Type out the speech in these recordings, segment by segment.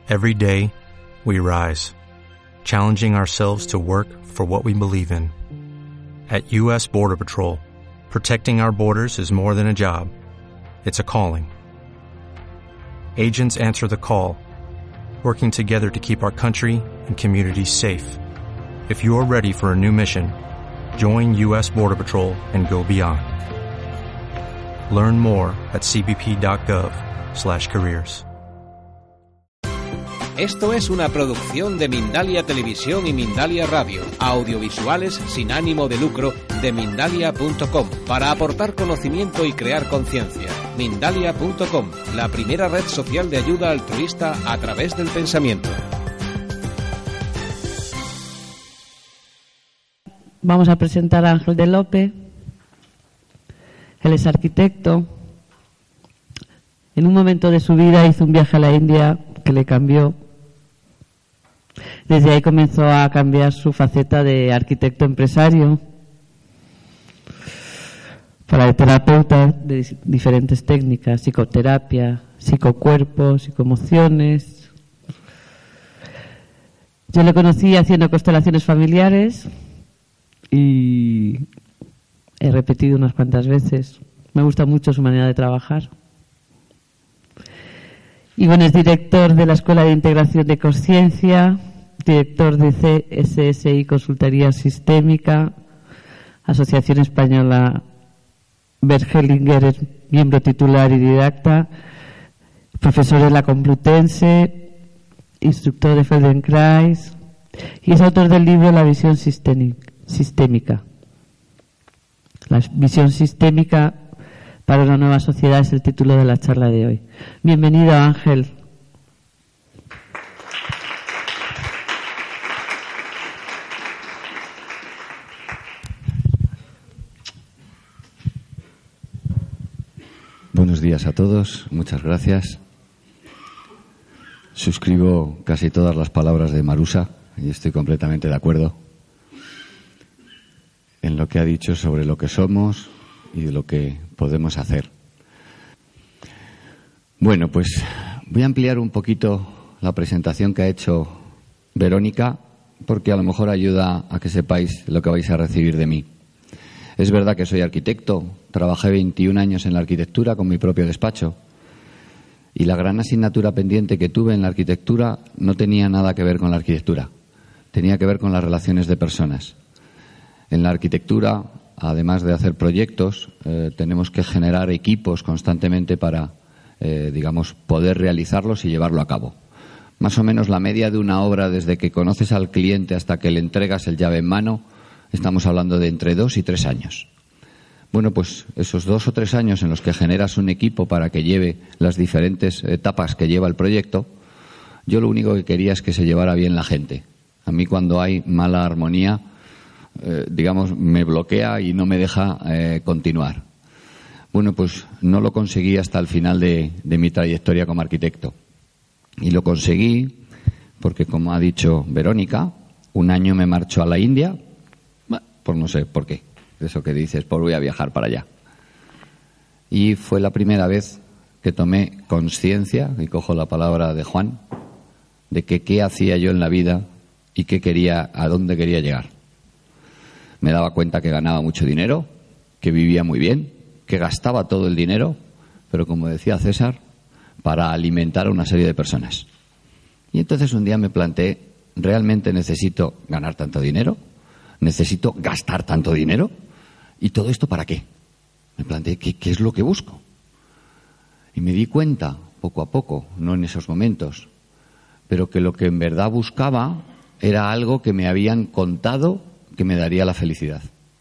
Every day, we rise, challenging ourselves to work for what we believe in. At U.S. Border Patrol, protecting our borders is more than a job. It's a calling. Agents answer the call, working together to keep our country and communities safe. If you are ready for a new mission, join U.S. Border Patrol and go beyond. Learn more at cbp.gov/careers. Esto es una producción de Mindalia Televisión y Mindalia Radio, audiovisuales sin ánimo de lucro de Mindalia.com, para aportar conocimiento y crear conciencia. Mindalia.com, la primera red social de ayuda altruista a través del pensamiento. Vamos a presentar a Ángel de Lope. Él es arquitecto. En un momento de su vida hizo un viaje a la India que le cambió. Desde ahí comenzó a cambiar su faceta de arquitecto empresario, para el terapeuta de diferentes técnicas, psicoterapia, psicocuerpo, psicoemociones. Yo le conocí haciendo constelaciones familiares y he repetido unas cuantas veces. Me gusta mucho su manera de trabajar. Y bueno, es director de la Escuela de Integración de Consciencia, director de CSSI Consultoría Sistémica, Asociación Española Bergelinger, es miembro titular y didacta, profesor de la Complutense, instructor de Feldenkrais y es autor del libro La visión sistémica. La visión sistémica para una nueva sociedad es el título de la charla de hoy. Bienvenido, Ángel. Buenos días a todos, muchas gracias. Suscribo casi todas las palabras de Marusa y estoy completamente de acuerdo en lo que ha dicho sobre lo que somos y de lo que podemos hacer. Bueno, pues voy a ampliar un poquito la presentación que ha hecho Verónica, porque a lo mejor ayuda a que sepáis lo que vais a recibir de mí. Es verdad que soy arquitecto, trabajé 21 años en la arquitectura con mi propio despacho y la gran asignatura pendiente que tuve en la arquitectura no tenía nada que ver con la arquitectura, tenía que ver con las relaciones de personas. En la arquitectura, además de hacer proyectos, tenemos que generar equipos constantemente para, poder realizarlos y llevarlo a cabo. Más o menos la media de una obra, desde que conoces al cliente hasta que le entregas el llave en mano, estamos hablando de entre 2 y 3 años. Bueno, pues esos 2 o 3 años en los que generas un equipo para que lleve las diferentes etapas que lleva el proyecto, yo lo único que quería es que se llevara bien la gente. A mí, cuando hay mala armonía, me bloquea y no me deja continuar. Bueno, pues no lo conseguí hasta el final de mi trayectoria como arquitecto. Y lo conseguí porque, como ha dicho Verónica, un año me marcho a la India, por no sé por qué. Eso que dices, pues voy a viajar para allá. Y fue la primera vez que tomé conciencia, y cojo la palabra de Juan, de que qué hacía yo en la vida y qué quería, a dónde quería llegar. Me daba cuenta que ganaba mucho dinero, que vivía muy bien, que gastaba todo el dinero, pero como decía César, para alimentar a una serie de personas. Y entonces un día me planteé, ¿realmente necesito ganar tanto dinero? ¿Necesito gastar tanto dinero? ¿Y todo esto para qué? Me planteé, ¿qué es lo que busco? Y me di cuenta, poco a poco, no en esos momentos, pero que lo que en verdad buscaba era algo que me habían contado que me daría la felicidad.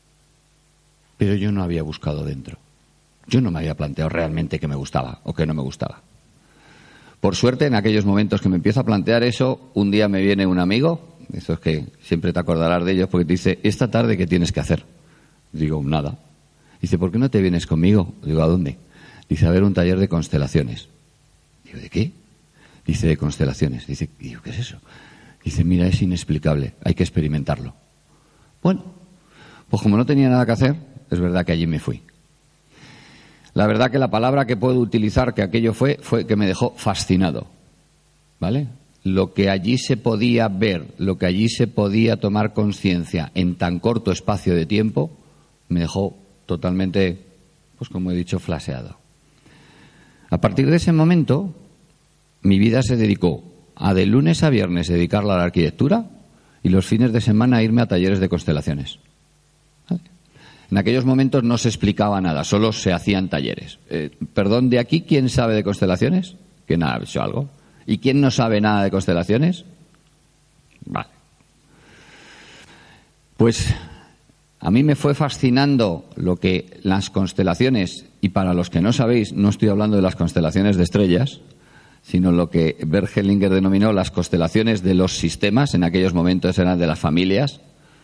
Pero yo no había buscado dentro. Yo no me había planteado realmente qué me gustaba o qué no me gustaba. Por suerte, en aquellos momentos que me empiezo a plantear eso, un día me viene un amigo, esos que siempre te acordarás de ellos, porque te dice, esta tarde, ¿qué tienes que hacer? Digo, nada. Dice, ¿por qué no te vienes conmigo? Digo, ¿a dónde? Dice, a ver un taller de constelaciones. Digo, ¿de qué? Dice, de constelaciones. Dice, digo, ¿qué es eso? Dice, mira, es inexplicable, hay que experimentarlo. Bueno, pues como no tenía nada que hacer, es verdad que allí me fui. La verdad que la palabra que puedo utilizar que aquello fue que me dejó fascinado, ¿vale? lo que allí se podía ver, lo que allí se podía tomar conciencia en tan corto espacio de tiempo, me dejó totalmente, pues como he dicho, flaseado. A partir de ese momento, mi vida se dedicó a de lunes a viernes dedicarla a la arquitectura y los fines de semana a irme a talleres de constelaciones. ¿Vale? En aquellos momentos no se explicaba nada, solo se hacían talleres. Perdón, ¿de aquí quién sabe de constelaciones? ¿Quién ha hecho algo? ¿Y quién no sabe nada de constelaciones? Vale. Pues a mí me fue fascinando lo que las constelaciones, y para los que no sabéis, no estoy hablando de las constelaciones de estrellas, sino lo que Bert Hellinger denominó las constelaciones de los sistemas, en aquellos momentos eran de las familias,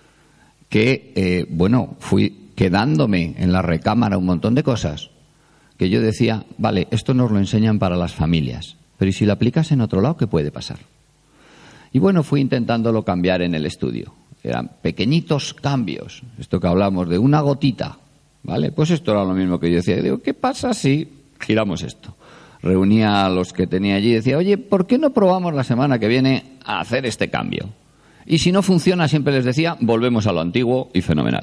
que, fui quedándome en la recámara un montón de cosas que yo decía, vale, esto nos lo enseñan para las familias, pero ¿y si lo aplicas en otro lado, qué puede pasar? Y bueno, fui intentándolo cambiar en el estudio. Eran pequeñitos cambios, esto que hablamos de una gotita, ¿vale? Pues esto era lo mismo que yo decía. Yo digo, ¿qué pasa si giramos esto? Reunía a los que tenía allí y decía, oye, ¿por qué no probamos la semana que viene a hacer este cambio? Y si no funciona, siempre les decía, volvemos a lo antiguo y fenomenal.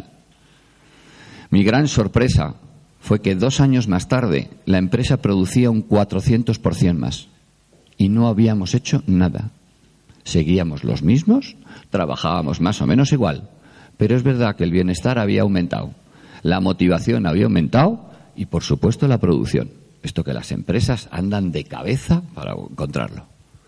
Mi gran sorpresa fue que 2 años más tarde la empresa producía un 400% más y no habíamos hecho nada. Seguíamos los mismos, trabajábamos más o menos igual, pero es verdad que el bienestar había aumentado, la motivación había aumentado y, por supuesto, la producción. Esto que las empresas andan de cabeza para encontrarlo.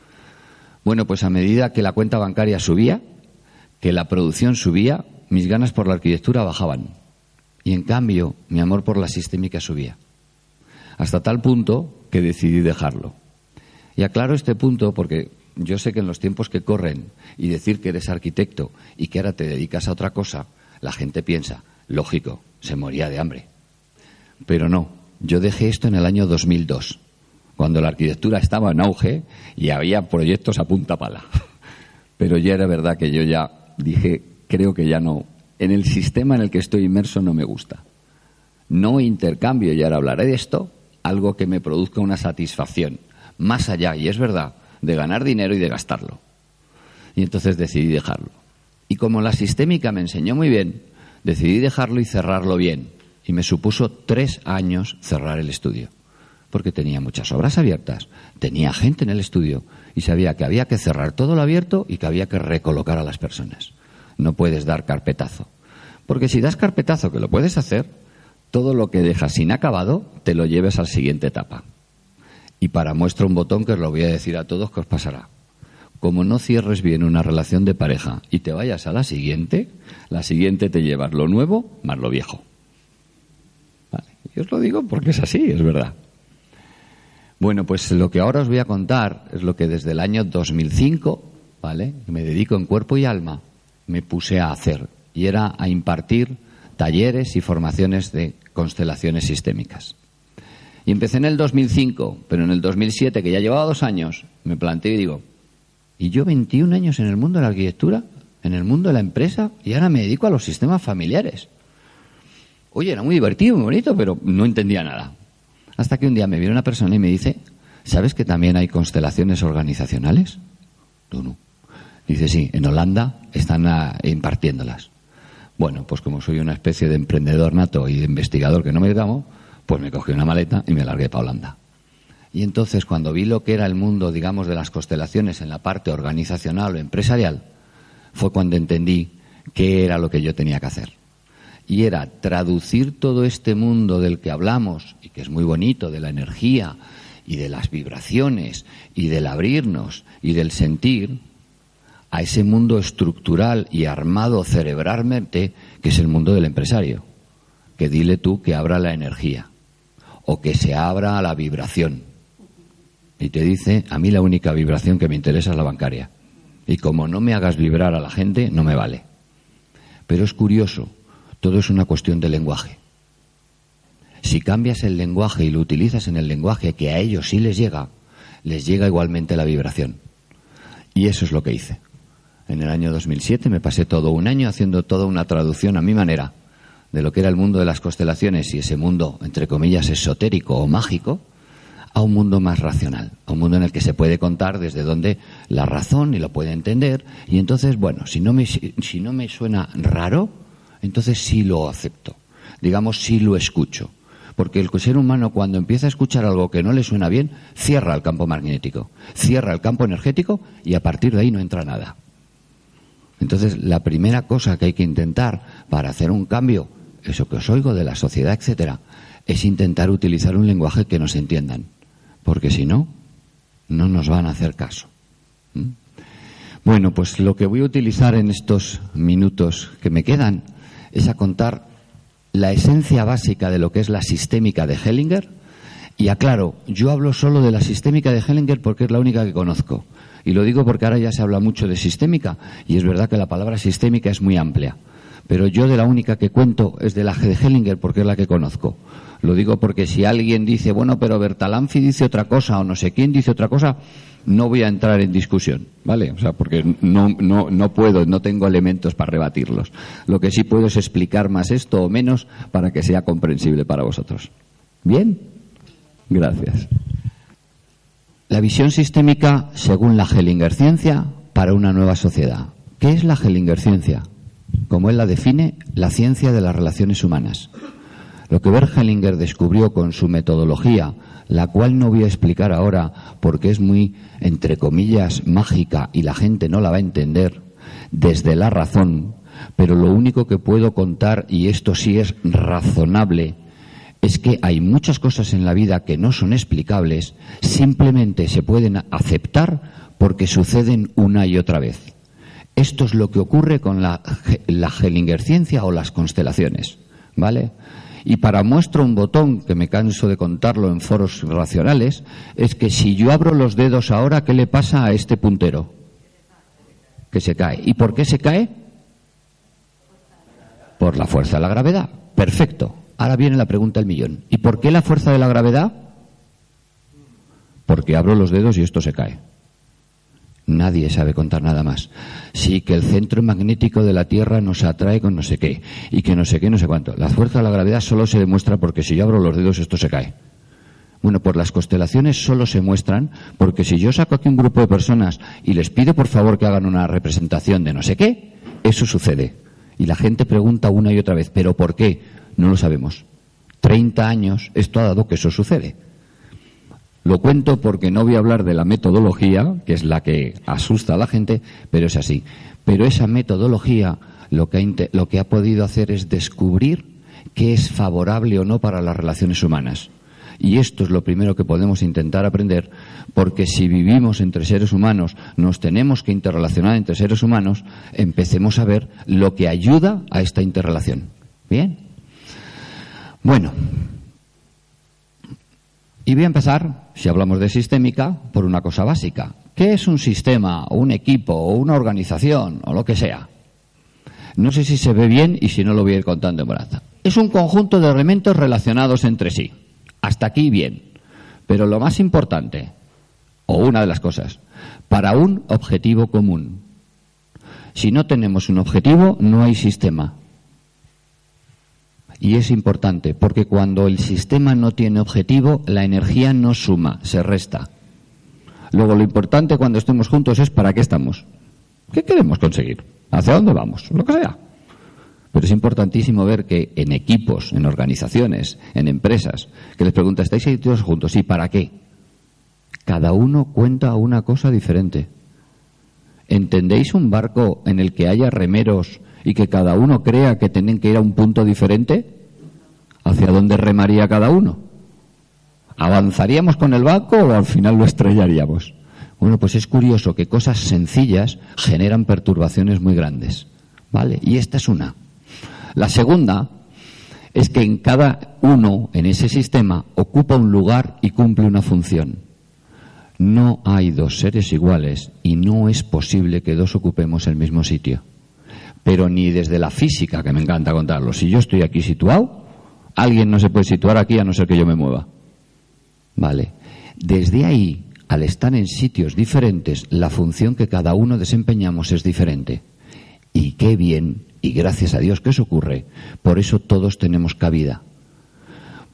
Bueno, pues a medida que la cuenta bancaria subía, que la producción subía, mis ganas por la arquitectura bajaban. Y en cambio, mi amor por la sistémica subía. Hasta tal punto que decidí dejarlo. Y aclaro este punto porque yo sé que en los tiempos que corren y decir que eres arquitecto y que ahora te dedicas a otra cosa, la gente piensa, lógico, se moría de hambre. Pero no, yo dejé esto en el año 2002, cuando la arquitectura estaba en auge y había proyectos a punta pala. Pero ya era verdad que yo ya dije, creo que ya no, en el sistema en el que estoy inmerso no me gusta. No intercambio, y ahora hablaré de esto, algo que me produzca una satisfacción, más allá, y es verdad, de ganar dinero y de gastarlo. Y entonces decidí dejarlo. Y como la sistémica me enseñó muy bien, decidí dejarlo y cerrarlo bien. Y me supuso 3 años cerrar el estudio. Porque tenía muchas obras abiertas, tenía gente en el estudio y sabía que había que cerrar todo lo abierto y que había que recolocar a las personas. No puedes dar carpetazo. Porque si das carpetazo, que lo puedes hacer, todo lo que dejas inacabado te lo lleves a la siguiente etapa. Y para muestra un botón que os lo voy a decir a todos que os pasará. Como no cierres bien una relación de pareja y te vayas a la siguiente te llevas lo nuevo más lo viejo. Vale. Y os lo digo porque es así, es verdad. Bueno, pues lo que ahora os voy a contar es lo que desde el año 2005, ¿vale?, me dedico en cuerpo y alma, me puse a hacer. Y era a impartir talleres y formaciones de constelaciones sistémicas. Y empecé en el 2005, pero en el 2007, que ya llevaba 2 años, me planteé y digo, ¿y yo 21 años en el mundo de la arquitectura, en el mundo de la empresa, y ahora me dedico a los sistemas familiares? Oye, era muy divertido, muy bonito, pero no entendía nada. Hasta que un día me viene una persona y me dice, ¿sabes que también hay constelaciones organizacionales? No. Dice, sí, en Holanda están impartiéndolas. Bueno, pues como soy una especie de emprendedor nato y de investigador que no me llamo, pues me cogí una maleta y me largué para Holanda. Y entonces, cuando vi lo que era el mundo, digamos, de las constelaciones en la parte organizacional o empresarial, fue cuando entendí qué era lo que yo tenía que hacer. Y era traducir todo este mundo del que hablamos, y que es muy bonito, de la energía y de las vibraciones y del abrirnos y del sentir, a ese mundo estructural y armado cerebralmente que es el mundo del empresario. Que dile tú que abra la energía o que se abra a la vibración. Y te dice, a mí la única vibración que me interesa es la bancaria. Y como no me hagas vibrar a la gente, no me vale. Pero es curioso, todo es una cuestión de lenguaje. Si cambias el lenguaje y lo utilizas en el lenguaje que a ellos sí les llega igualmente la vibración. Y eso es lo que hice. En el año 2007 me pasé todo un año haciendo toda una traducción a mi manera de lo que era el mundo de las constelaciones y ese mundo, entre comillas, esotérico o mágico, a un mundo más racional, a un mundo en el que se puede contar desde donde la razón y lo puede entender. Y entonces, bueno, si no me suena raro, entonces sí lo acepto. Digamos, sí lo escucho. Porque el ser humano, cuando empieza a escuchar algo que no le suena bien, cierra el campo magnético, cierra el campo energético y a partir de ahí no entra nada. Entonces, la primera cosa que hay que intentar para hacer un cambio, eso que os oigo de la sociedad, etcétera, es intentar utilizar un lenguaje que nos entiendan. Porque si no, no nos van a hacer caso. Bueno, pues lo que voy a utilizar en estos minutos que me quedan es a contar la esencia básica de lo que es la sistémica de Hellinger. Y aclaro, yo hablo solo de la sistémica de Hellinger porque es la única que conozco. Y lo digo porque ahora ya se habla mucho de sistémica, y es verdad que la palabra sistémica es muy amplia. Pero yo de la única que cuento es de la de Hellinger porque es la que conozco. Lo digo porque si alguien dice, bueno, pero Bertalanffy dice otra cosa o no sé quién dice otra cosa, no voy a entrar en discusión, ¿vale? O sea, porque no puedo, no tengo elementos para rebatirlos. Lo que sí puedo es explicar más esto o menos para que sea comprensible para vosotros. ¿Bien? Gracias. La visión sistémica según la Hellinger ciencia para una nueva sociedad. ¿Qué es la Hellinger ciencia? Como él la define, la ciencia de las relaciones humanas. Lo que Bert Hellinger descubrió con su metodología, la cual no voy a explicar ahora porque es muy, entre comillas, mágica y la gente no la va a entender desde la razón, pero lo único que puedo contar, y esto sí es razonable, es que hay muchas cosas en la vida que no son explicables, simplemente se pueden aceptar porque suceden una y otra vez. Esto es lo que ocurre con la Hellinger ciencia o las constelaciones, ¿vale? Y para muestra un botón, que me canso de contarlo en foros racionales, es que si yo abro los dedos ahora, ¿qué le pasa a este puntero? Que se cae. ¿Y por qué se cae? Por la fuerza de la gravedad. Perfecto. Ahora viene la pregunta del millón. ¿Y por qué la fuerza de la gravedad? Porque abro los dedos y esto se cae. Nadie sabe contar nada más. Sí, que el centro magnético de la Tierra nos atrae con no sé qué, y que no sé qué, no sé cuánto. La fuerza de la gravedad solo se demuestra porque si yo abro los dedos esto se cae. Bueno, pues las constelaciones solo se muestran porque si yo saco aquí un grupo de personas y les pido por favor que hagan una representación de no sé qué, eso sucede. Y la gente pregunta una y otra vez, ¿pero por qué? No lo sabemos. 30 años esto ha dado que eso sucede. Lo cuento porque no voy a hablar de la metodología, que es la que asusta a la gente, pero es así. Pero esa metodología lo que ha podido hacer es descubrir qué es favorable o no para las relaciones humanas. Y esto es lo primero que podemos intentar aprender, porque si vivimos entre seres humanos, nos tenemos que interrelacionar entre seres humanos, empecemos a ver lo que ayuda a esta interrelación. ¿Bien? Bueno. Y voy a empezar, si hablamos de sistémica, por una cosa básica. ¿Qué es un sistema, o un equipo, o una organización, o lo que sea? No sé si se ve bien y si no lo voy a ir contando en braza. Es un conjunto de elementos relacionados entre sí. Hasta aquí bien. Pero lo más importante, o una de las cosas, para un objetivo común. Si no tenemos un objetivo, no hay sistema. Y es importante, porque cuando el sistema no tiene objetivo, la energía no suma, se resta. Luego, lo importante cuando estemos juntos es ¿para qué estamos? ¿Qué queremos conseguir? ¿Hacia dónde vamos? Lo que sea. Pero es importantísimo ver que en equipos, en organizaciones, en empresas, que les pregunta, ¿estáis ahí todos juntos? ¿Y para qué? Cada uno cuenta una cosa diferente. ¿Entendéis un barco en el que haya remeros y que cada uno crea que tienen que ir a un punto diferente? ¿Hacia dónde remaría cada uno? ¿Avanzaríamos con el barco o al final lo estrellaríamos? Bueno, pues es curioso que cosas sencillas generan perturbaciones muy grandes, ¿vale? Y esta es una. La segunda es que en cada uno en ese sistema ocupa un lugar y cumple una función. No hay dos seres iguales y no es posible que dos ocupemos el mismo sitio. Pero ni desde la física, que me encanta contarlo, si yo estoy aquí situado, alguien no se puede situar aquí a no ser que yo me mueva. Vale. Desde ahí, al estar en sitios diferentes, la función que cada uno desempeñamos es diferente. Y qué bien, y gracias a Dios que eso ocurre, por eso todos tenemos cabida.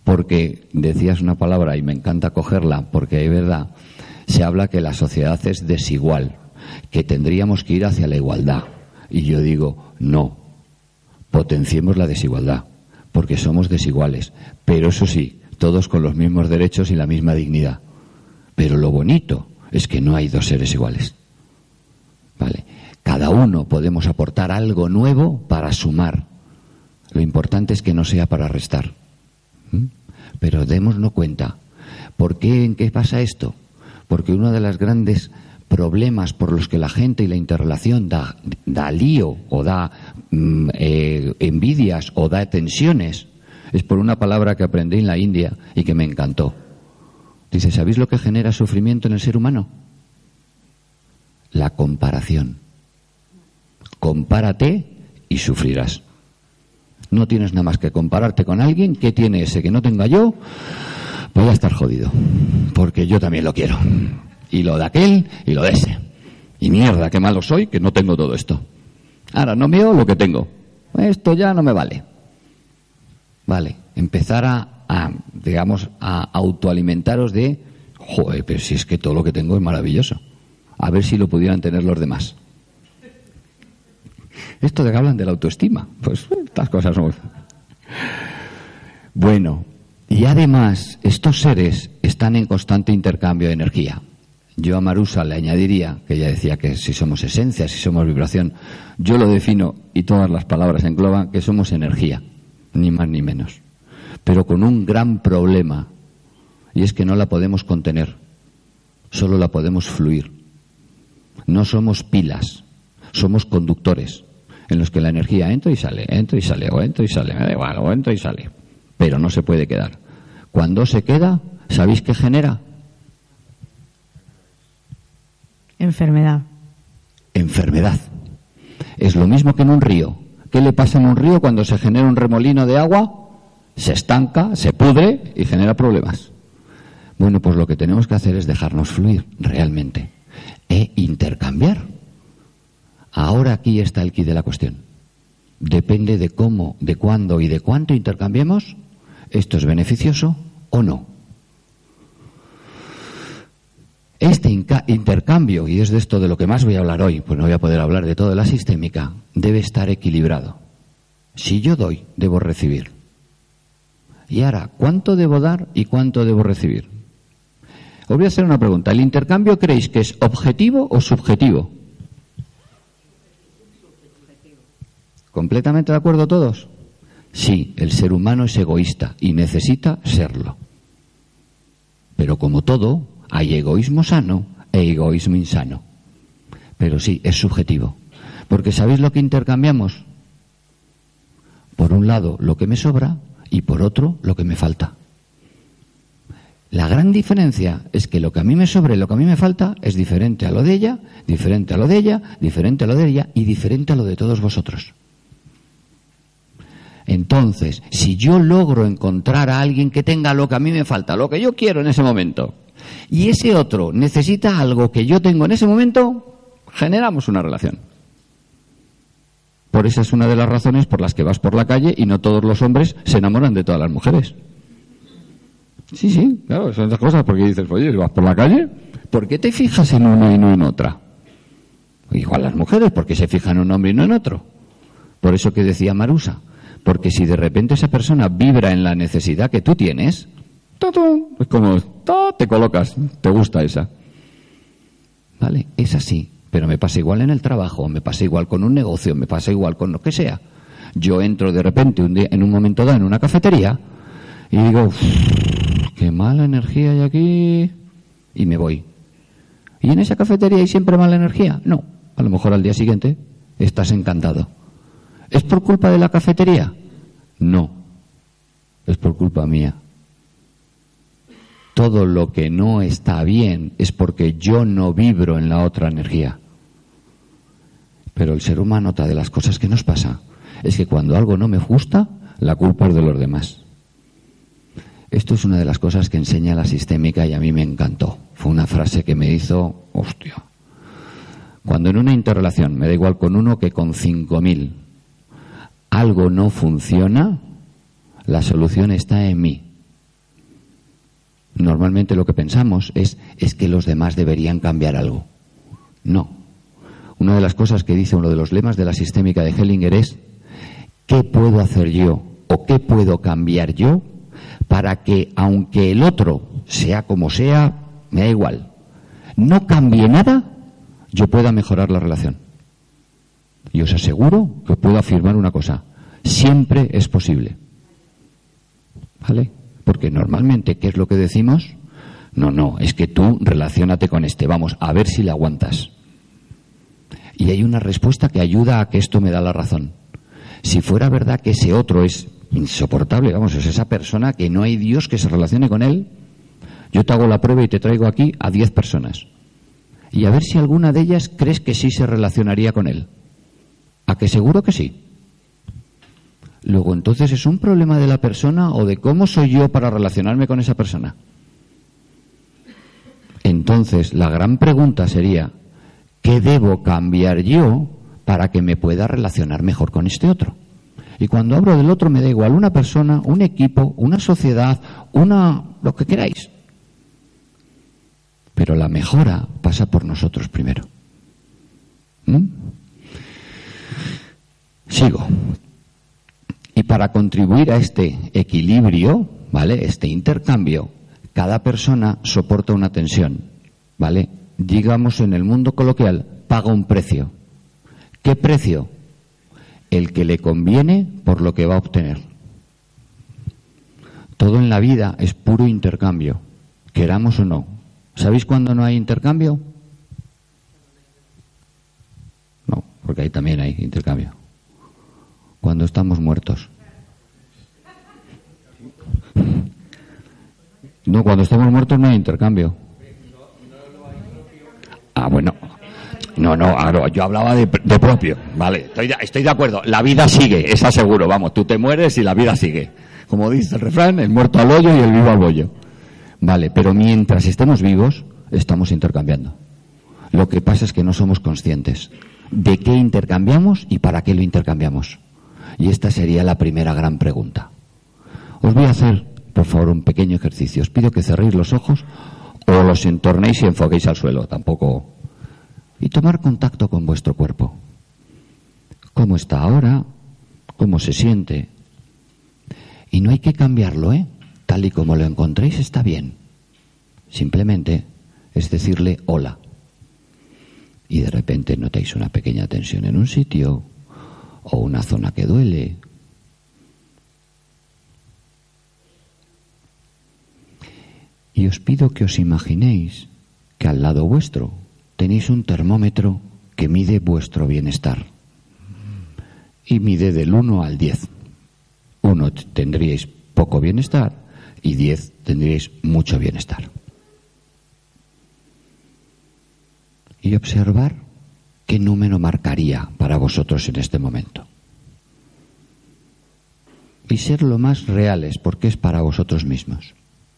porque decías una palabra y me encanta cogerla, porque es verdad, se habla que la sociedad es desigual, que tendríamos que ir hacia la igualdad. Y yo digo, no, potenciemos la desigualdad, porque somos desiguales, pero eso sí, todos con los mismos derechos y la misma dignidad. Pero lo bonito es que no hay dos seres iguales. ¿Vale? Cada uno podemos aportar algo nuevo para sumar. Lo importante es que no sea para restar. Pero démonos cuenta. ¿Por qué? ¿En qué pasa esto? Porque uno de los grandes problemas por los que la gente y la interrelación da lío o da envidias o da tensiones es por una palabra que aprendí en la India y que me encantó. Dice, ¿sabéis lo que genera sufrimiento en el ser humano? La comparación. Compárate y sufrirás. No tienes nada más que compararte con alguien que tiene ese que no tenga yo, voy a estar jodido, porque yo también lo quiero. Y lo de aquel y lo de ese. Y mierda, qué malo soy que no tengo todo esto. Ahora no veo lo que tengo. Esto ya no me vale. Vale, empezar a autoalimentaros de, joder, pero si es que todo lo que tengo es maravilloso. A ver si lo pudieran tener los demás. Esto de que hablan de la autoestima, pues estas cosas son. Bueno, y además estos seres están en constante intercambio de energía. Yo a Marusa le añadiría, que ella decía que si somos esencia, si somos vibración, yo lo defino y todas las palabras engloban que somos energía, ni más ni menos. Pero con un gran problema, y es que no la podemos contener, solo la podemos fluir. No somos pilas, somos conductores, en los que la energía entra y sale, o entra y sale, me da igual, o entra y sale. Pero no se puede quedar. Cuando se queda, ¿sabéis qué genera? Enfermedad. Enfermedad. Es lo mismo que en un río. ¿Qué le pasa en un río cuando se genera un remolino de agua? Se estanca, se pudre y genera problemas. Bueno, pues lo que tenemos que hacer es dejarnos fluir realmente e intercambiar. Ahora aquí está el quid de la cuestión. Depende de cómo, de cuándo y de cuánto intercambiemos, esto es beneficioso o no. Este intercambio, y es de esto de lo que más voy a hablar hoy, pues no voy a poder hablar de toda la sistémica, debe estar equilibrado. Si yo doy, debo recibir. Y ahora, ¿cuánto debo dar y cuánto debo recibir? Os voy a hacer una pregunta. ¿El intercambio creéis que es objetivo o subjetivo? ¿Completamente de acuerdo todos? Sí, el ser humano es egoísta y necesita serlo. Pero como todo, hay egoísmo sano e egoísmo insano. Pero sí, es subjetivo. Porque ¿sabéis lo que intercambiamos? Por un lado, lo que me sobra y por otro, lo que me falta. La gran diferencia es que lo que a mí me sobra y lo que a mí me falta es diferente a lo de ella, diferente a lo de ella, diferente a lo de ella y diferente a lo de todos vosotros. Entonces, si yo logro encontrar a alguien que tenga lo que a mí me falta, lo que yo quiero en ese momento, y ese otro necesita algo que yo tengo en ese momento, generamos una relación. Por esa es una de las razones por las que vas por la calle y no todos los hombres se enamoran de todas las mujeres. Sí, claro, son esas cosas, porque dices, oye, vas por la calle, ¿por qué te fijas en uno y no en otra? Igual las mujeres, ¿por qué se fijan en un hombre y no en otro? Por eso que decía Marusa. Porque si de repente esa persona vibra en la necesidad que tú tienes, es como, te colocas, te gusta esa. ¿Vale? Es así, pero me pasa igual en el trabajo, me pasa igual con un negocio, me pasa igual con lo que sea. Yo entro de repente un día, en un momento dado en una cafetería y digo, qué mala energía hay aquí, y me voy. ¿Y en esa cafetería hay siempre mala energía? No, a lo mejor al día siguiente estás encantado. ¿Es por culpa de la cafetería? No, es por culpa mía. Todo lo que no está bien es porque yo no vibro en la otra energía. Pero el ser humano, otra de las cosas que nos pasa, es que cuando algo no me gusta, la culpa es de los demás. Esto es una de las cosas que enseña la sistémica y a mí me encantó. Fue una frase que me hizo, hostia. Cuando en una interrelación, me da igual con uno que con 5.000, algo no funciona, la solución está en mí. normalmente lo que pensamos es que los demás deberían cambiar algo. No. Una de las cosas que dice uno de los lemas de la sistémica de Hellinger es: ¿qué puedo hacer yo o qué puedo cambiar yo para que, aunque el otro sea como sea, me da igual, no cambie nada, yo pueda mejorar la relación? Y os aseguro que puedo afirmar una cosa: siempre es posible. ¿Vale? Porque normalmente, ¿qué es lo que decimos? No, es que tú relaciónate con este, vamos, a ver si le aguantas. Y hay una respuesta que ayuda a que esto me da la razón. Si fuera verdad que ese otro es insoportable, vamos, es esa persona que no hay Dios que se relacione con él, yo te hago la prueba y te traigo aquí a 10 personas. Y a ver si alguna de ellas crees que sí se relacionaría con él. ¿A que seguro que sí? Luego, entonces, ¿es un problema de la persona o de cómo soy yo para relacionarme con esa persona? Entonces, la gran pregunta sería: ¿qué debo cambiar yo para que me pueda relacionar mejor con este otro? Y cuando hablo del otro me da igual una persona, un equipo, una sociedad, lo que queráis. Pero la mejora pasa por nosotros primero. Sigo. Y para contribuir a este equilibrio, ¿vale?, este intercambio, cada persona soporta una tensión, ¿vale? Digamos, en el mundo coloquial, paga un precio. ¿Qué precio? El que le conviene por lo que va a obtener. Todo en la vida es puro intercambio, queramos o no. ¿Sabéis cuándo no hay intercambio? No, porque ahí también hay intercambio. Cuando estamos muertos. No, cuando estamos muertos no hay intercambio. Ah, bueno. No, yo hablaba de propio. Vale, estoy de acuerdo. La vida sigue, es seguro. Vamos, tú te mueres y la vida sigue. Como dice el refrán, el muerto al hoyo y el vivo al bollo. Vale, pero mientras estemos vivos, estamos intercambiando. Lo que pasa es que no somos conscientes de qué intercambiamos y para qué lo intercambiamos. Y esta sería la primera gran pregunta. Os voy a hacer, por favor, un pequeño ejercicio. Os pido que cerréis los ojos o los entornéis y enfoquéis al suelo. Tampoco. Y tomar contacto con vuestro cuerpo. ¿Cómo está ahora? ¿Cómo se siente? Y no hay que cambiarlo, ¿eh? Tal y como lo encontréis está bien. Simplemente es decirle hola. Y de repente notáis una pequeña tensión en un sitio o una zona que duele. Y os pido que os imaginéis que al lado vuestro tenéis un termómetro que mide vuestro bienestar. Y mide del 1 al 10. 1 tendríais poco bienestar y 10 tendríais mucho bienestar. Y observar qué número marcaría para vosotros en este momento. Y ser lo más reales, porque es para vosotros mismos.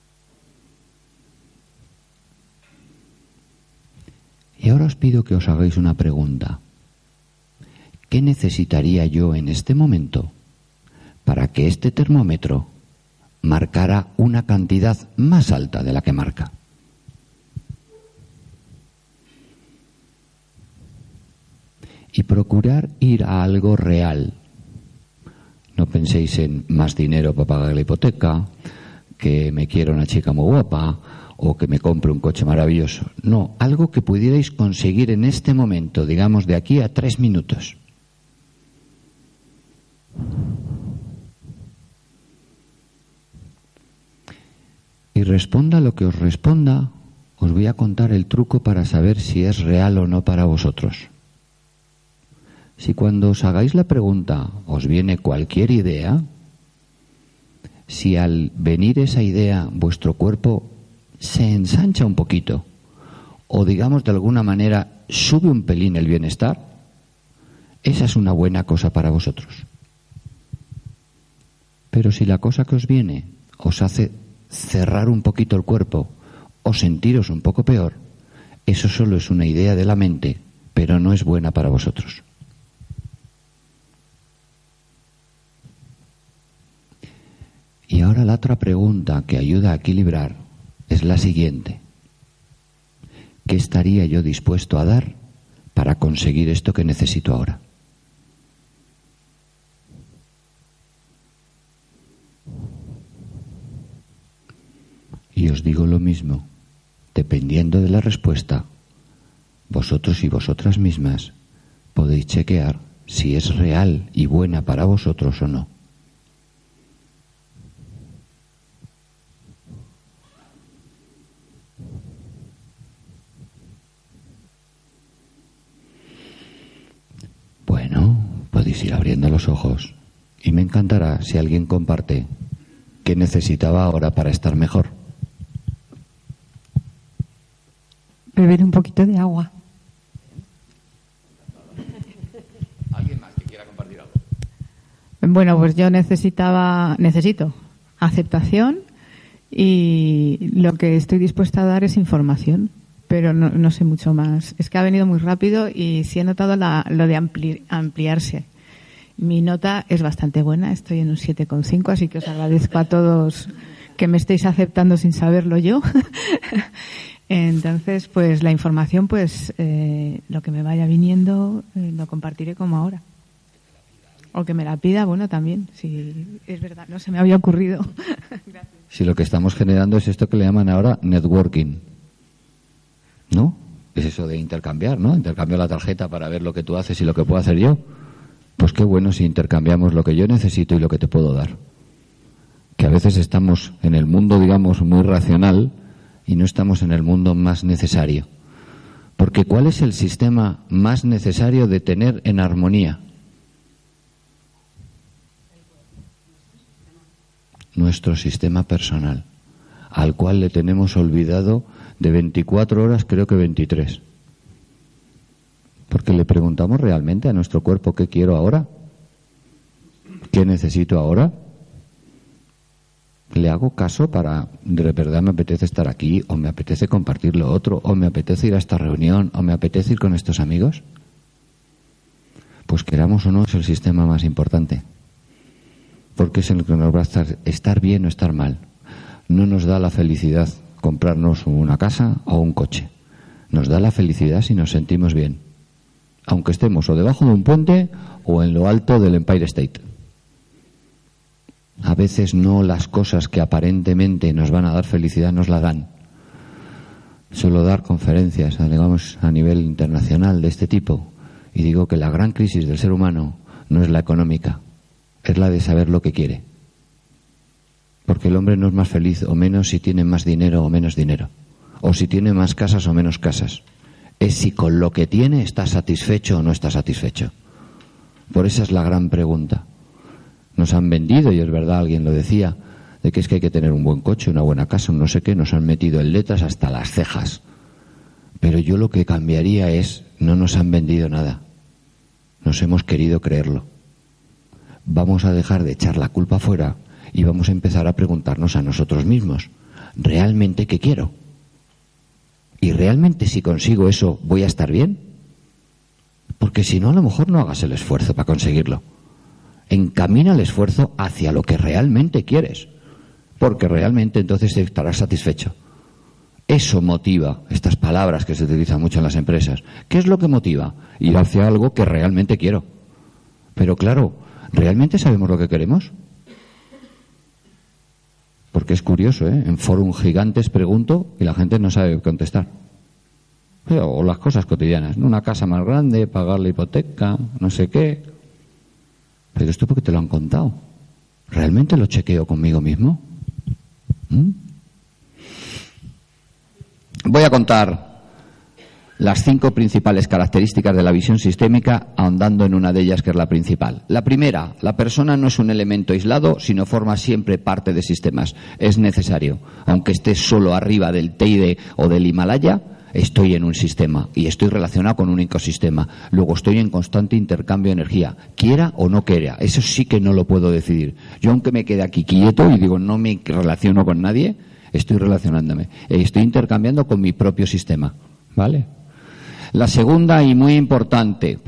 Y ahora os pido que os hagáis una pregunta. ¿Qué necesitaría yo en este momento para que este termómetro marcara una cantidad más alta de la que marca? Y procurar ir a algo real. No penséis en más dinero para pagar la hipoteca, que me quiera una chica muy guapa o que me compre un coche maravilloso. No, algo que pudierais conseguir en este momento, digamos de aquí a 3 minutos. Y responda lo que os responda, os voy a contar el truco para saber si es real o no para vosotros. Si cuando os hagáis la pregunta os viene cualquier idea, si al venir esa idea vuestro cuerpo se ensancha un poquito o digamos de alguna manera sube un pelín el bienestar, esa es una buena cosa para vosotros. Pero si la cosa que os viene os hace cerrar un poquito el cuerpo o sentiros un poco peor, eso solo es una idea de la mente, pero no es buena para vosotros. Y ahora la otra pregunta que ayuda a equilibrar es la siguiente. ¿Qué estaría yo dispuesto a dar para conseguir esto que necesito ahora? Y os digo lo mismo, dependiendo de la respuesta, vosotros y vosotras mismas podéis chequear si es real y buena para vosotros o no. Bueno, podéis ir abriendo los ojos y me encantará si alguien comparte qué necesitaba ahora para estar mejor. Beber un poquito de agua. ¿Alguien más que quiera compartir algo? Bueno, pues yo necesito aceptación y lo que estoy dispuesta a dar es información, pero no sé mucho más. Es que ha venido muy rápido y sí he notado lo de ampliarse. Mi nota es bastante buena, estoy en un 7,5, así que os agradezco a todos que me estéis aceptando sin saberlo yo. Entonces, pues la información, pues lo que me vaya viniendo lo compartiré como ahora. O que me la pida, bueno, también, si es verdad, no se me había ocurrido. Gracias. Si lo que estamos generando es esto que le llaman ahora networking, ¿no? Es eso de intercambiar, ¿no? Intercambio la tarjeta para ver lo que tú haces y lo que puedo hacer yo. Pues qué bueno si intercambiamos lo que yo necesito y lo que te puedo dar. Que a veces estamos en el mundo, digamos, muy racional y no estamos en el mundo más necesario. Porque ¿cuál es el sistema más necesario de tener en armonía? Nuestro sistema personal, al cual le tenemos olvidado de 24 horas, creo que 23. Porque le preguntamos realmente a nuestro cuerpo qué quiero ahora, qué necesito ahora. ¿Le hago caso para, de verdad me apetece estar aquí, o me apetece compartir lo otro, o me apetece ir a esta reunión, o me apetece ir con estos amigos? Pues queramos o no, es el sistema más importante. Porque es el que nos va a estar bien o estar mal. No nos da la felicidad comprarnos una casa o un coche. Nos da la felicidad si nos sentimos bien. Aunque estemos o debajo de un puente o en lo alto del Empire State. A veces no las cosas que aparentemente nos van a dar felicidad nos la dan. Suelo dar conferencias, digamos, a nivel internacional de este tipo. Y digo que la gran crisis del ser humano no es la económica, es la de saber lo que quiere. Porque el hombre no es más feliz o menos si tiene más dinero o menos dinero. O si tiene más casas o menos casas. Es si con lo que tiene está satisfecho o no está satisfecho. Por esa es la gran pregunta. Nos han vendido, y es verdad, alguien lo decía, de que es que hay que tener un buen coche, una buena casa, un no sé qué, nos han metido en letras hasta las cejas. Pero yo lo que cambiaría es, no nos han vendido nada. Nos hemos querido creerlo. Vamos a dejar de echar la culpa afuera y vamos a empezar a preguntarnos a nosotros mismos, ¿realmente qué quiero? ¿Y realmente si consigo eso voy a estar bien? Porque si no, a lo mejor no hagas el esfuerzo para conseguirlo. Encamina el esfuerzo hacia lo que realmente quieres, porque realmente entonces estarás satisfecho. Eso motiva, estas palabras que se utilizan mucho en las empresas. ¿Qué es lo que motiva? Ir hacia algo que realmente quiero. Pero claro, ¿realmente sabemos lo que queremos? Porque es curioso, ¿eh? En foros gigantes pregunto y la gente no sabe contestar. O las cosas cotidianas, ¿no? Una casa más grande, pagar la hipoteca, no sé qué. Pero esto porque te lo han contado. ¿Realmente lo chequeo conmigo mismo? Voy a contar las 5 principales características de la visión sistémica, ahondando en una de ellas que es la principal. La primera, la persona no es un elemento aislado, sino forma siempre parte de sistemas. Es necesario. Aunque estés solo arriba del Teide o del Himalaya, estoy en un sistema y estoy relacionado con un ecosistema. Luego estoy en constante intercambio de energía, quiera o no quiera. Eso sí que no lo puedo decidir. Yo, aunque me quede aquí quieto y digo no me relaciono con nadie, estoy relacionándome. Estoy intercambiando con mi propio sistema. ¿Vale? La segunda y muy importante,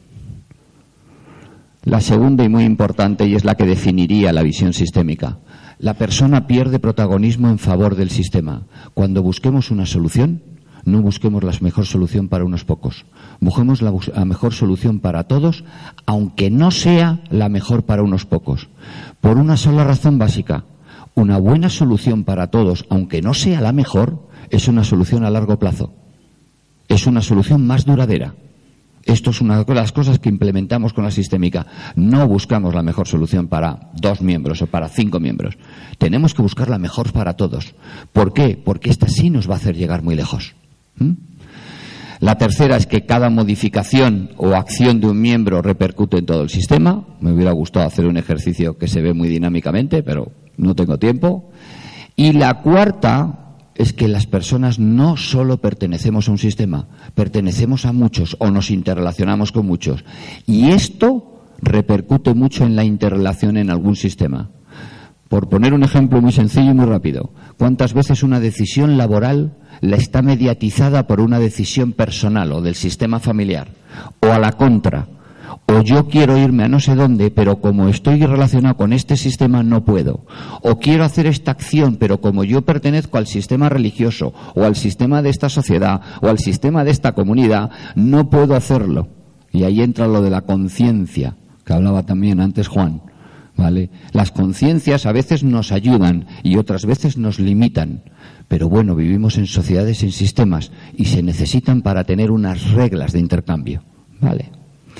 y es la que definiría la visión sistémica. La persona pierde protagonismo en favor del sistema. Cuando busquemos una solución, no busquemos la mejor solución para unos pocos. Busquemos la mejor solución para todos, aunque no sea la mejor para unos pocos. Por una sola razón básica. Una buena solución para todos, aunque no sea la mejor, es una solución a largo plazo. Es una solución más duradera. Esto es una de las cosas que implementamos con la sistémica. No buscamos la mejor solución para 2 miembros o para 5 miembros. Tenemos que buscar la mejor para todos. ¿Por qué? Porque esta sí nos va a hacer llegar muy lejos. La tercera es que cada modificación o acción de un miembro repercute en todo el sistema. Me hubiera gustado hacer un ejercicio que se ve muy dinámicamente, pero no tengo tiempo. Y la cuarta es que las personas no solo pertenecemos a un sistema, pertenecemos a muchos o nos interrelacionamos con muchos. Y esto repercute mucho en la interrelación en algún sistema. Por poner un ejemplo muy sencillo y muy rápido, ¿cuántas veces una decisión laboral la está mediatizada por una decisión personal o del sistema familiar? O a la contra, o yo quiero irme a no sé dónde, pero como estoy relacionado con este sistema no puedo. O quiero hacer esta acción, pero como yo pertenezco al sistema religioso, o al sistema de esta sociedad, o al sistema de esta comunidad, no puedo hacerlo. Y ahí entra lo de la conciencia, que hablaba también antes Juan. ¿Vale? Las conciencias a veces nos ayudan y otras veces nos limitan. Pero bueno, vivimos en sociedades, en sistemas, y se necesitan para tener unas reglas de intercambio. ¿Vale?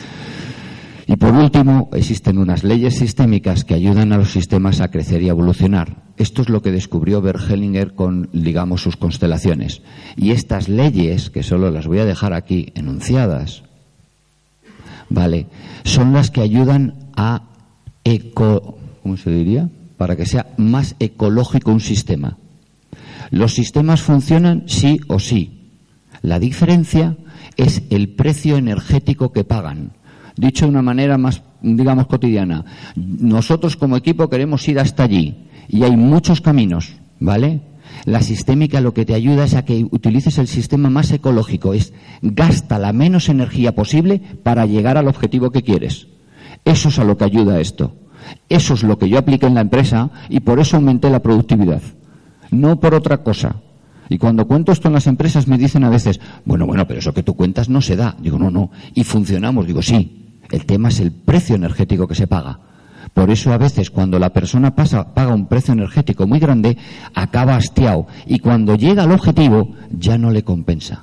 Y por último, existen unas leyes sistémicas que ayudan a los sistemas a crecer y a evolucionar. Esto es lo que descubrió Bert Hellinger con, digamos, sus constelaciones. Y estas leyes, que solo las voy a dejar aquí enunciadas, ¿vale?, son las que ayudan a ¿cómo se diría? Para que sea más ecológico un sistema. Los sistemas funcionan sí o sí. La diferencia es el precio energético que pagan. Dicho de una manera más, digamos, cotidiana, nosotros como equipo queremos ir hasta allí y hay muchos caminos, ¿vale? La sistémica lo que te ayuda es a que utilices el sistema más ecológico, es gasta la menos energía posible para llegar al objetivo que quieres. Eso es a lo que ayuda esto. Eso es lo que yo apliqué en la empresa y por eso aumenté la productividad. No por otra cosa. Y cuando cuento esto en las empresas me dicen a veces, bueno, pero eso que tú cuentas no se da. Digo, no. Y funcionamos. Digo, sí. El tema es el precio energético que se paga. Por eso a veces cuando la persona paga un precio energético muy grande, acaba hastiado. Y cuando llega al objetivo, ya no le compensa.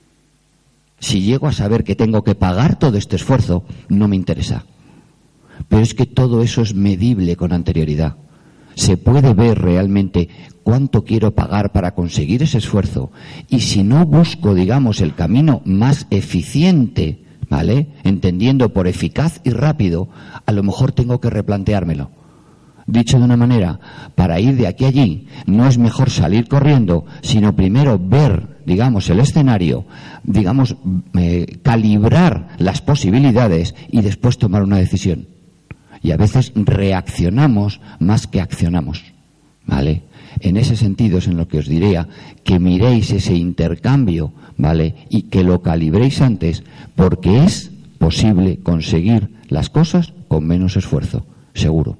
Si llego a saber que tengo que pagar todo este esfuerzo, no me interesa. Pero es que todo eso es medible con anterioridad. Se puede ver realmente cuánto quiero pagar para conseguir ese esfuerzo. Y si no busco, digamos, el camino más eficiente, ¿vale?, entendiendo por eficaz y rápido, a lo mejor tengo que replanteármelo. Dicho de una manera, para ir de aquí a allí, no es mejor salir corriendo, sino primero ver, digamos, el escenario, digamos, calibrar las posibilidades y después tomar una decisión. Y a veces reaccionamos más que accionamos, ¿vale? En ese sentido es en lo que os diría que miréis ese intercambio, ¿vale?, y que lo calibréis antes, porque es posible conseguir las cosas con menos esfuerzo, seguro.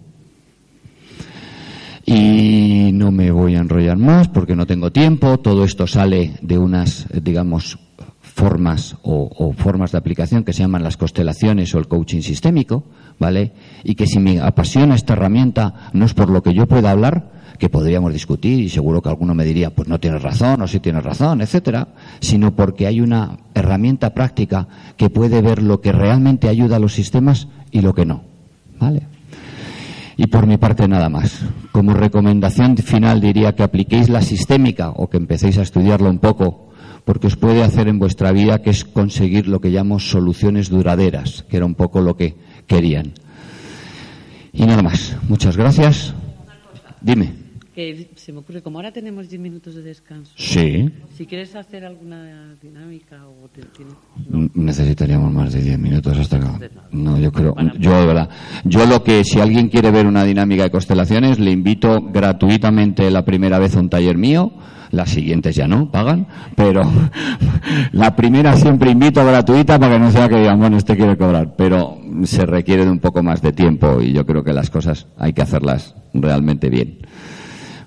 Y no me voy a enrollar más porque no tengo tiempo. Todo esto sale de unas, digamos, formas o formas de aplicación que se llaman las constelaciones o el coaching sistémico, ¿vale? Y que si me apasiona esta herramienta no es por lo que yo pueda hablar, que podríamos discutir y seguro que alguno me diría, pues no tienes razón o sí tienes razón, etcétera, sino porque hay una herramienta práctica que puede ver lo que realmente ayuda a los sistemas y lo que no, ¿vale? Y por mi parte nada más. Como recomendación final diría que apliquéis la sistémica o que empecéis a estudiarlo un poco, porque os puede hacer en vuestra vida, que es conseguir lo que llamo soluciones duraderas, que era un poco lo que querían. Y nada más. Muchas gracias. Dime. Que se me ocurre, como ahora tenemos 10 minutos de descanso. Sí. Si quieres hacer alguna dinámica o no. Necesitaríamos más de 10 minutos hasta acá. No, yo creo, yo de verdad, yo lo que, si alguien quiere ver una dinámica de constelaciones, le invito gratuitamente la primera vez a un taller mío. Las siguientes ya no, pagan, pero la primera siempre invito gratuita para que no sea que digan, bueno, este quiere cobrar, pero se requiere de un poco más de tiempo y yo creo que las cosas hay que hacerlas realmente bien.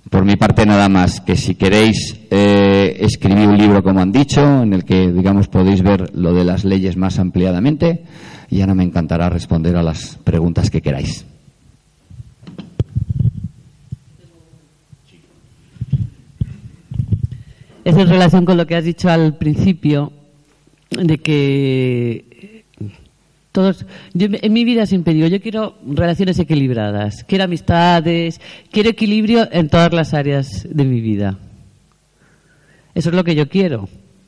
Por mi parte nada más, que si queréis escribir un libro como han dicho, en el que digamos podéis ver lo de las leyes más ampliadamente, y ahora me encantará responder a las preguntas que queráis. Es en relación con lo que has dicho al principio, de que yo en mi vida siempre digo, yo quiero relaciones equilibradas, quiero amistades, quiero equilibrio en todas las áreas de mi vida. Eso es lo que yo quiero.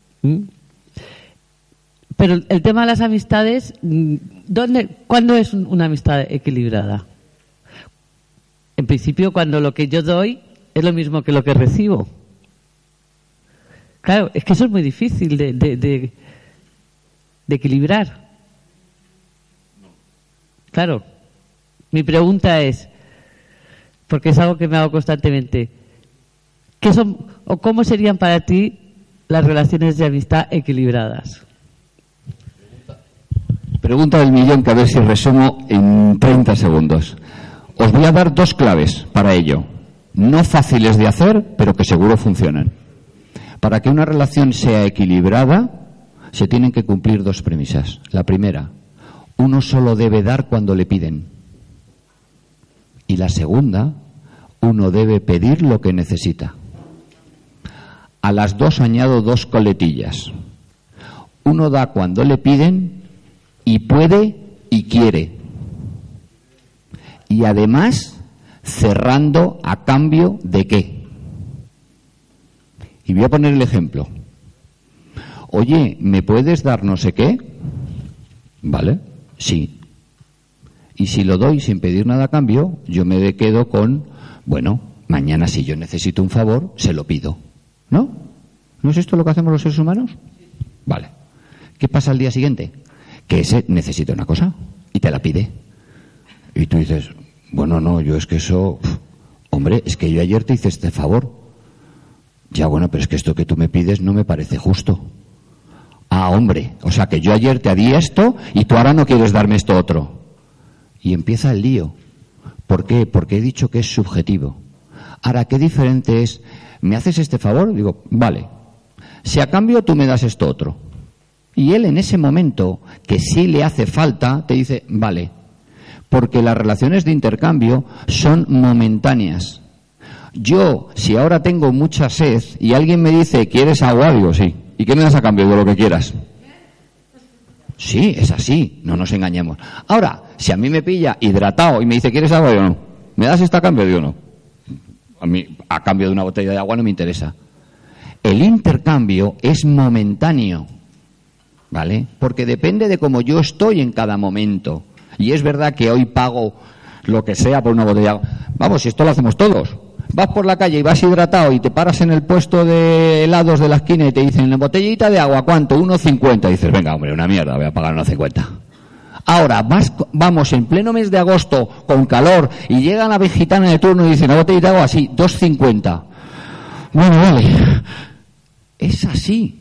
Pero el tema de las amistades, ¿cuándo es una amistad equilibrada? En principio, cuando lo que yo doy es lo mismo que lo que recibo. Claro, es que eso es muy difícil de equilibrar. Claro, mi pregunta es, porque es algo que me hago constantemente, ¿qué son o cómo serían para ti las relaciones de amistad equilibradas? Pregunta del millón, que a ver si resumo en 30 segundos. Os voy a dar 2 claves para ello, no fáciles de hacer, pero que seguro funcionan. Para que una relación sea equilibrada, se tienen que cumplir 2 premisas. La primera, uno solo debe dar cuando le piden. Y la segunda, uno debe pedir lo que necesita. A las 2 añado 2 coletillas. Uno da cuando le piden y puede y quiere. Y además, cerrando a cambio de qué. Y voy a poner el ejemplo. Oye, ¿me puedes dar no sé qué? ¿Vale? Sí. Y si lo doy sin pedir nada a cambio, yo me quedo con, bueno, mañana si yo necesito un favor, se lo pido. ¿No? ¿No es esto lo que hacemos los seres humanos? Vale. ¿Qué pasa al día siguiente? Que ese necesita una cosa y te la pide. Y tú dices, bueno, no, yo es que eso... hombre, es que yo ayer te hice este favor. Ya, bueno, pero es que esto que tú me pides no me parece justo. Ah, hombre, o sea que yo ayer te di esto y tú ahora no quieres darme esto otro. Y empieza el lío. ¿Por qué? Porque he dicho que es subjetivo. Ahora, qué diferente es, ¿me haces este favor? Digo, vale. Si a cambio tú me das esto otro. Y él en ese momento, que sí le hace falta, te dice, vale. Porque las relaciones de intercambio son momentáneas. Yo, si ahora tengo mucha sed y alguien me dice, ¿quieres agua? Digo, sí. ¿Y qué me das a cambio de lo que quieras? Sí, es así, no nos engañemos. Ahora, si a mí me pilla hidratado y me dice, ¿quieres agua? Digo, no. ¿Me das esto a cambio? Digo, no. A mí, a cambio de una botella de agua no me interesa. El intercambio es momentáneo, ¿vale? Porque depende de cómo yo estoy en cada momento. Y es verdad que hoy pago lo que sea por una botella de agua. Vamos, si esto lo hacemos todos. Vas por la calle y vas hidratado y te paras en el puesto de helados de la esquina y te dicen, ¿en botellita de agua cuánto? 1,50. Y dices, venga, hombre, una mierda, voy a pagar 1,50. Ahora, vamos en pleno mes de agosto, con calor, y llega la gitana de turno y dice, ¿una botellita de agua? Sí, 2,50. Bueno, vale. Es así.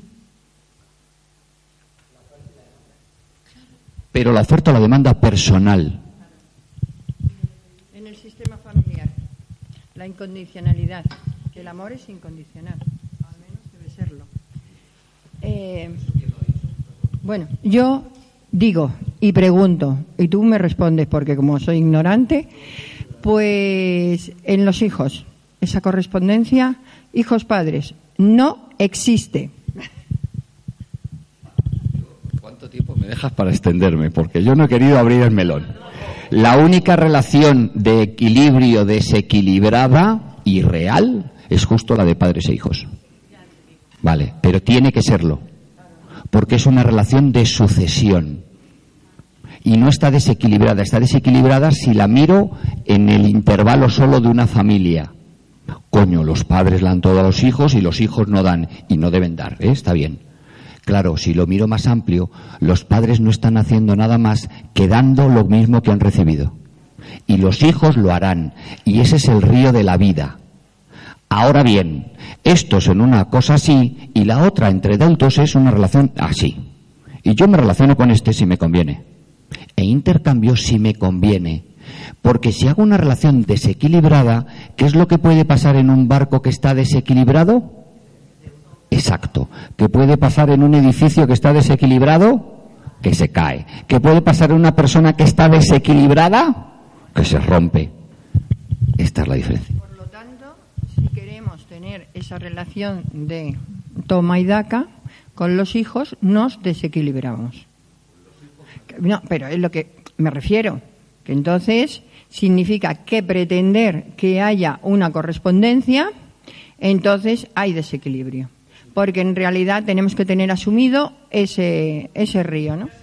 Pero la oferta o la demanda personal. En el sistema familiar, la incondicionalidad, que el amor es incondicional, al menos debe serlo. Bueno, yo digo y pregunto, y tú me respondes, porque como soy ignorante, pues en los hijos, esa correspondencia, hijos-padres, no existe. ¿Cuánto tiempo me dejas para extenderme? Porque yo no he querido abrir el melón. La única relación de equilibrio desequilibrada y real es justo la de padres e hijos. Vale, pero tiene que serlo. Porque es una relación de sucesión. Y no está desequilibrada. Está desequilibrada si la miro en el intervalo solo de una familia. Coño, los padres dan todo a los hijos y los hijos no dan. Y no deben dar, ¿eh? Está bien. Claro, si lo miro más amplio, los padres no están haciendo nada más que dando lo mismo que han recibido. Y los hijos lo harán. Y ese es el río de la vida. Ahora bien, estos en una cosa así y la otra entre adultos es una relación así. Y yo me relaciono con este si me conviene. E intercambio si me conviene. Porque si hago una relación desequilibrada, ¿qué es lo que puede pasar en un barco que está desequilibrado? Exacto. ¿Qué puede pasar en un edificio que está desequilibrado? Que se cae. ¿Qué puede pasar en una persona que está desequilibrada? Que se rompe. Esta es la diferencia. Por lo tanto, si queremos tener esa relación de toma y daca con los hijos, nos desequilibramos. No, pero es lo que me refiero, que entonces significa que pretender que haya una correspondencia, entonces hay desequilibrio. Porque en realidad tenemos que tener asumido ese río, ¿no?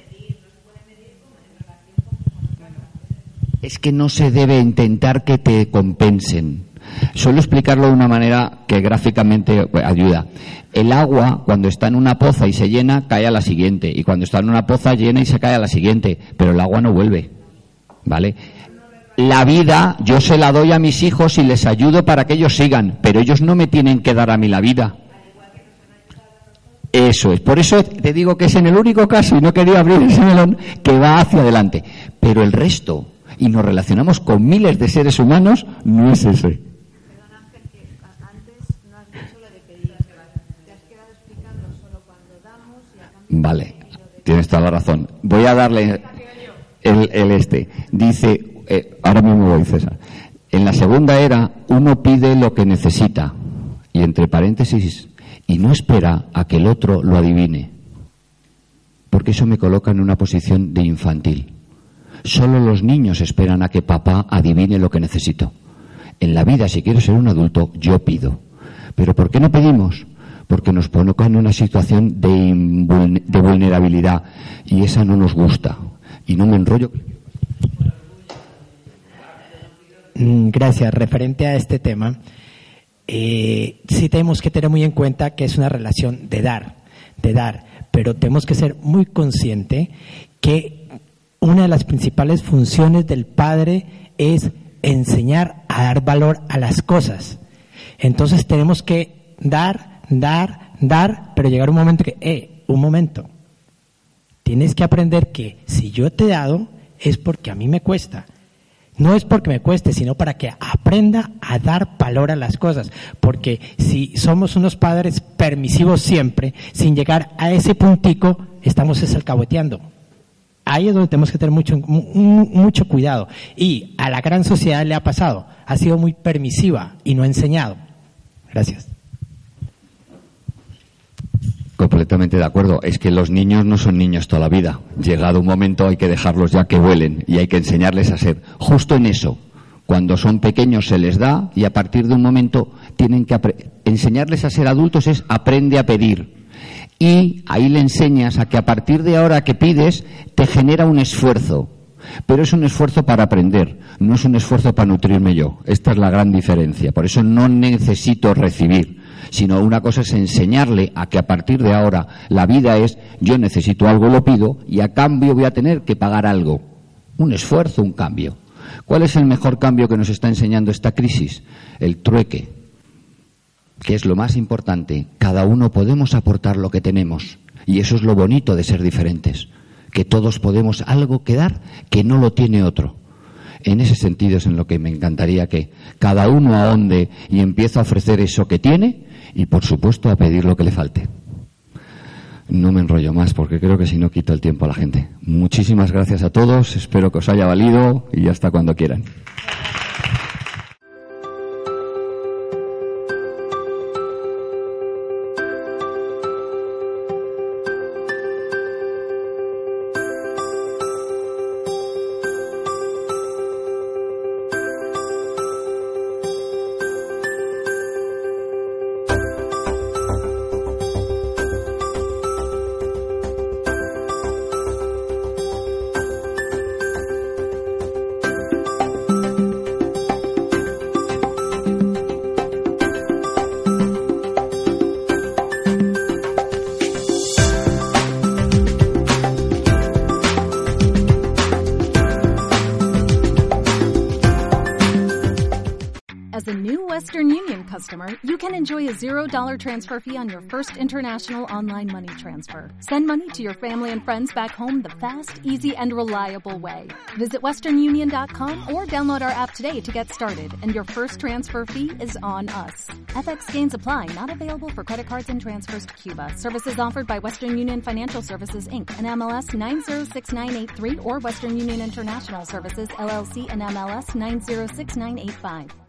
Es que no se debe intentar que te compensen. Suelo explicarlo de una manera que gráficamente ayuda. El agua, cuando está en una poza y se llena, cae a la siguiente. Y cuando está en una poza, llena y se cae a la siguiente. Pero el agua no vuelve. ¿Vale? La vida yo se la doy a mis hijos y les ayudo para que ellos sigan. Pero ellos no me tienen que dar a mí la vida. Eso es. Por eso te digo que es en el único caso, y no quería abrir ese melón, que va hacia adelante. Pero el resto, y nos relacionamos con miles de seres humanos, no es ese. Vale, tienes toda la razón. Voy a darle Dice, ahora mismo voy, César. En la segunda era, uno pide lo que necesita, y entre paréntesis, y no espera a que el otro lo adivine. Porque eso me coloca en una posición de infantil. Solo los niños esperan a que papá adivine lo que necesito. En la vida, si quiero ser un adulto, yo pido. ¿Pero por qué no pedimos? Porque nos coloca en una situación de vulnerabilidad, y esa no nos gusta. Y no me enrollo. Gracias. Referente a este tema, sí tenemos que tener muy en cuenta que es una relación de dar, pero tenemos que ser muy conscientes que una de las principales funciones del padre es enseñar a dar valor a las cosas. Entonces tenemos que dar, pero llegar un momento que, un momento, tienes que aprender que si yo te he dado es porque a mí me cuesta. No es porque me cueste, sino para que aprenda a dar valor a las cosas. Porque si somos unos padres permisivos siempre, sin llegar a ese puntico, estamos alcahueteando. Ahí es donde tenemos que tener mucho cuidado. Y a la gran sociedad le ha pasado. Ha sido muy permisiva y no ha enseñado. Gracias. Completamente de acuerdo. Es que los niños no son niños toda la vida. Llegado un momento hay que dejarlos ya que vuelen y hay que enseñarles a ser. Justo en eso, cuando son pequeños se les da y a partir de un momento tienen que enseñarles a ser adultos es aprende a pedir. Y ahí le enseñas a que a partir de ahora que pides te genera un esfuerzo. Pero es un esfuerzo para aprender, no es un esfuerzo para nutrirme yo. Esta es la gran diferencia. Por eso no necesito recibir, sino una cosa es enseñarle a que a partir de ahora la vida es yo necesito algo, lo pido y a cambio voy a tener que pagar algo. Un esfuerzo, un cambio. ¿Cuál es el mejor cambio que nos está enseñando esta crisis? El trueque, que es lo más importante. Cada uno podemos aportar lo que tenemos y eso es lo bonito de ser diferentes. Que todos podemos algo que dar que no lo tiene otro. En ese sentido es en lo que me encantaría que cada uno ahonde y empiece a ofrecer eso que tiene y, por supuesto, a pedir lo que le falte. No me enrollo más porque creo que si no quito el tiempo a la gente. Muchísimas gracias a todos, espero que os haya valido y hasta cuando quieran. customer, you can enjoy a $0 transfer fee on your first international online money transfer. Send money to your family and friends back home the fast, easy, and reliable way. Visit westernunion.com or download our app today to get started, and your first transfer fee is on us. FX gains apply. Not available for credit cards and transfers to Cuba. Services offered by Western Union Financial Services, Inc. and MLS 906983 or Western Union International Services, LLC and MLS 906985.